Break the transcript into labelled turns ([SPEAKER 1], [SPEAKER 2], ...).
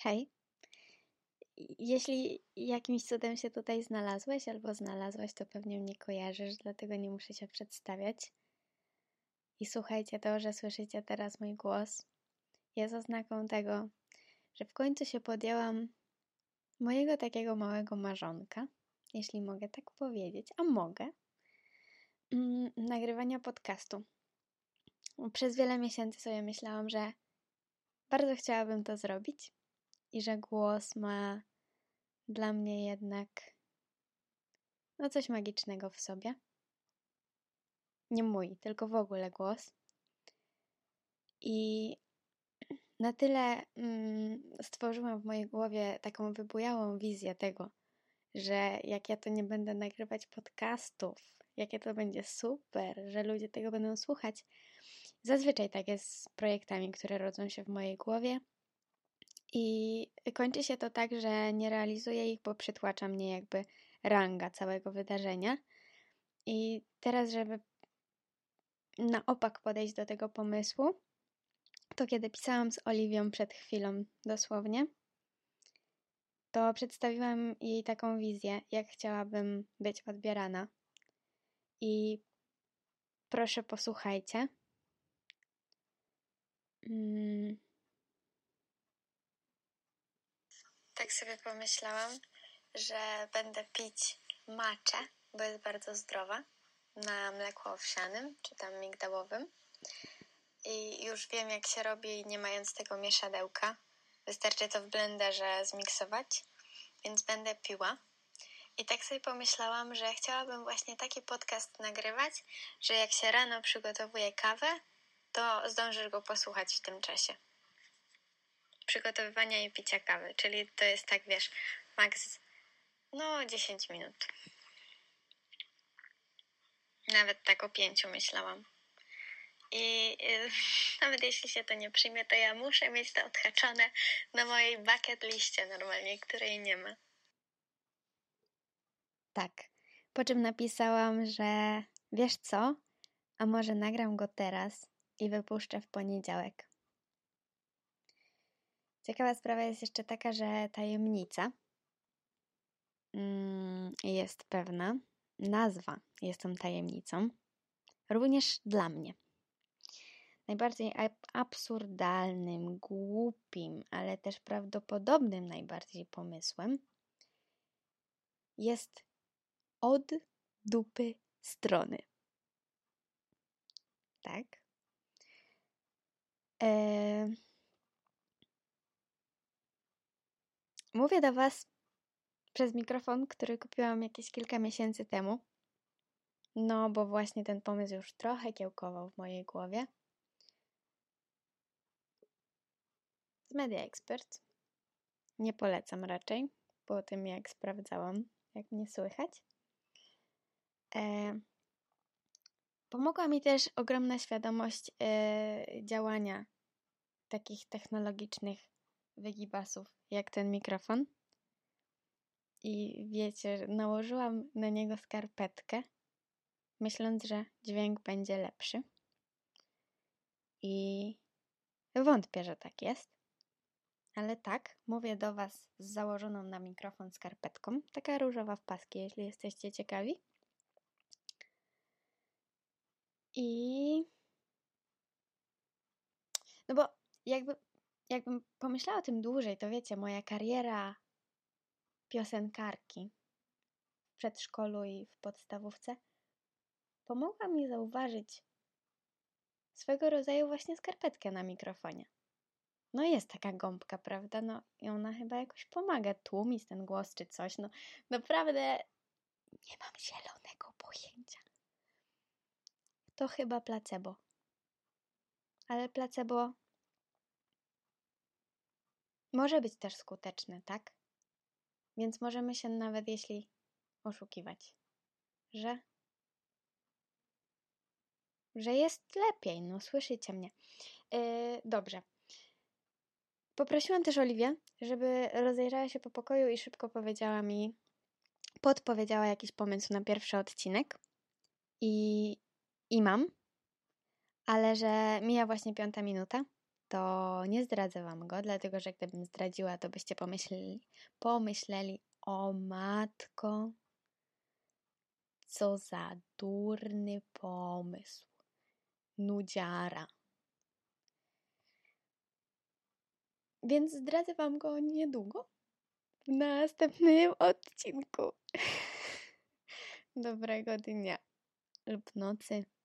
[SPEAKER 1] Hej, jeśli jakimś cudem się tutaj znalazłeś albo znalazłaś, to pewnie mnie kojarzysz, dlatego nie muszę się przedstawiać. I słuchajcie, to, że słyszycie teraz mój głos, jest oznaką tego, że w końcu się podjęłam mojego takiego małego marzonka, jeśli mogę tak powiedzieć, a mogę, nagrywania podcastu. Przez wiele miesięcy sobie myślałam, że bardzo chciałabym to zrobić i że głos ma dla mnie jednak coś magicznego w sobie. Nie mój, tylko w ogóle głos. I na tyle stworzyłam w mojej głowie taką wybujałą wizję tego, że jak ja to nie będę nagrywać podcastów, jakie to będzie super, że ludzie tego będą słuchać. Zazwyczaj tak jest z projektami, które rodzą się w mojej głowie. I kończy się to tak, że nie realizuję ich, bo przytłacza mnie jakby ranga całego wydarzenia. I teraz, żeby na opak podejść do tego pomysłu, to kiedy pisałam z Oliwią przed chwilą dosłownie, to przedstawiłam jej taką wizję, jak chciałabym być odbierana. I proszę posłuchajcie. Tak sobie pomyślałam, że będę pić matchę, bo jest bardzo zdrowa, na mleku owsianym, czy tam migdałowym. I już wiem, jak się robi, nie mając tego mieszadełka. Wystarczy to w blenderze zmiksować, więc będę piła. I tak sobie pomyślałam, że chciałabym właśnie taki podcast nagrywać, że jak się rano przygotowuję kawę, to zdążysz go posłuchać w tym czasie. Przygotowywania i picia kawy, czyli to jest tak, wiesz, maks 10 minut. Nawet tak o 5 myślałam. I nawet jeśli się to nie przyjmie, to ja muszę mieć to odhaczone na mojej bucket liście normalnie, której nie ma. Tak. Po czym napisałam, że wiesz co? A może nagram go teraz i wypuszczę w poniedziałek. Ciekawa sprawa jest jeszcze taka, że tajemnica jest pewna. Nazwa jest tą tajemnicą. Również dla mnie. Najbardziej absurdalnym, głupim, ale też prawdopodobnym najbardziej pomysłem jest od dupy strony. Tak? Mówię do Was przez mikrofon, który kupiłam jakieś kilka miesięcy temu. No, bo właśnie ten pomysł już trochę kiełkował w mojej głowie. Z Media Expert. Nie polecam raczej, po tym jak sprawdzałam, jak mnie słychać. Pomogła mi też ogromna świadomość działania takich technologicznych wygibasów, jak ten mikrofon. I wiecie, nałożyłam na niego skarpetkę, myśląc, że dźwięk będzie lepszy. I wątpię, że tak jest. Ale tak, mówię do Was z założoną na mikrofon skarpetką. Taka różowa w paski, jeśli jesteście ciekawi. No bo jakbym pomyślała o tym dłużej, to wiecie, moja kariera piosenkarki w przedszkolu i w podstawówce pomogła mi zauważyć swego rodzaju właśnie skarpetkę na mikrofonie. No jest taka gąbka, prawda? No i ona chyba jakoś pomaga tłumić ten głos czy coś. No naprawdę nie mam zielonego pojęcia. To chyba placebo. Ale placebo może być też skuteczne, tak? Więc możemy się nawet jeśli oszukiwać, że jest lepiej, no słyszycie mnie. Dobrze. Poprosiłam też Oliwię, żeby rozejrzała się po pokoju i szybko podpowiedziała jakiś pomysł na pierwszy odcinek. I mam, ale że mija właśnie 5 minuta, to nie zdradzę wam go, dlatego że gdybym zdradziła, to byście pomyśleli, o matko, co za durny pomysł, nudziara. Więc zdradzę wam go niedługo, w następnym odcinku. Dobrego dnia lub nocy.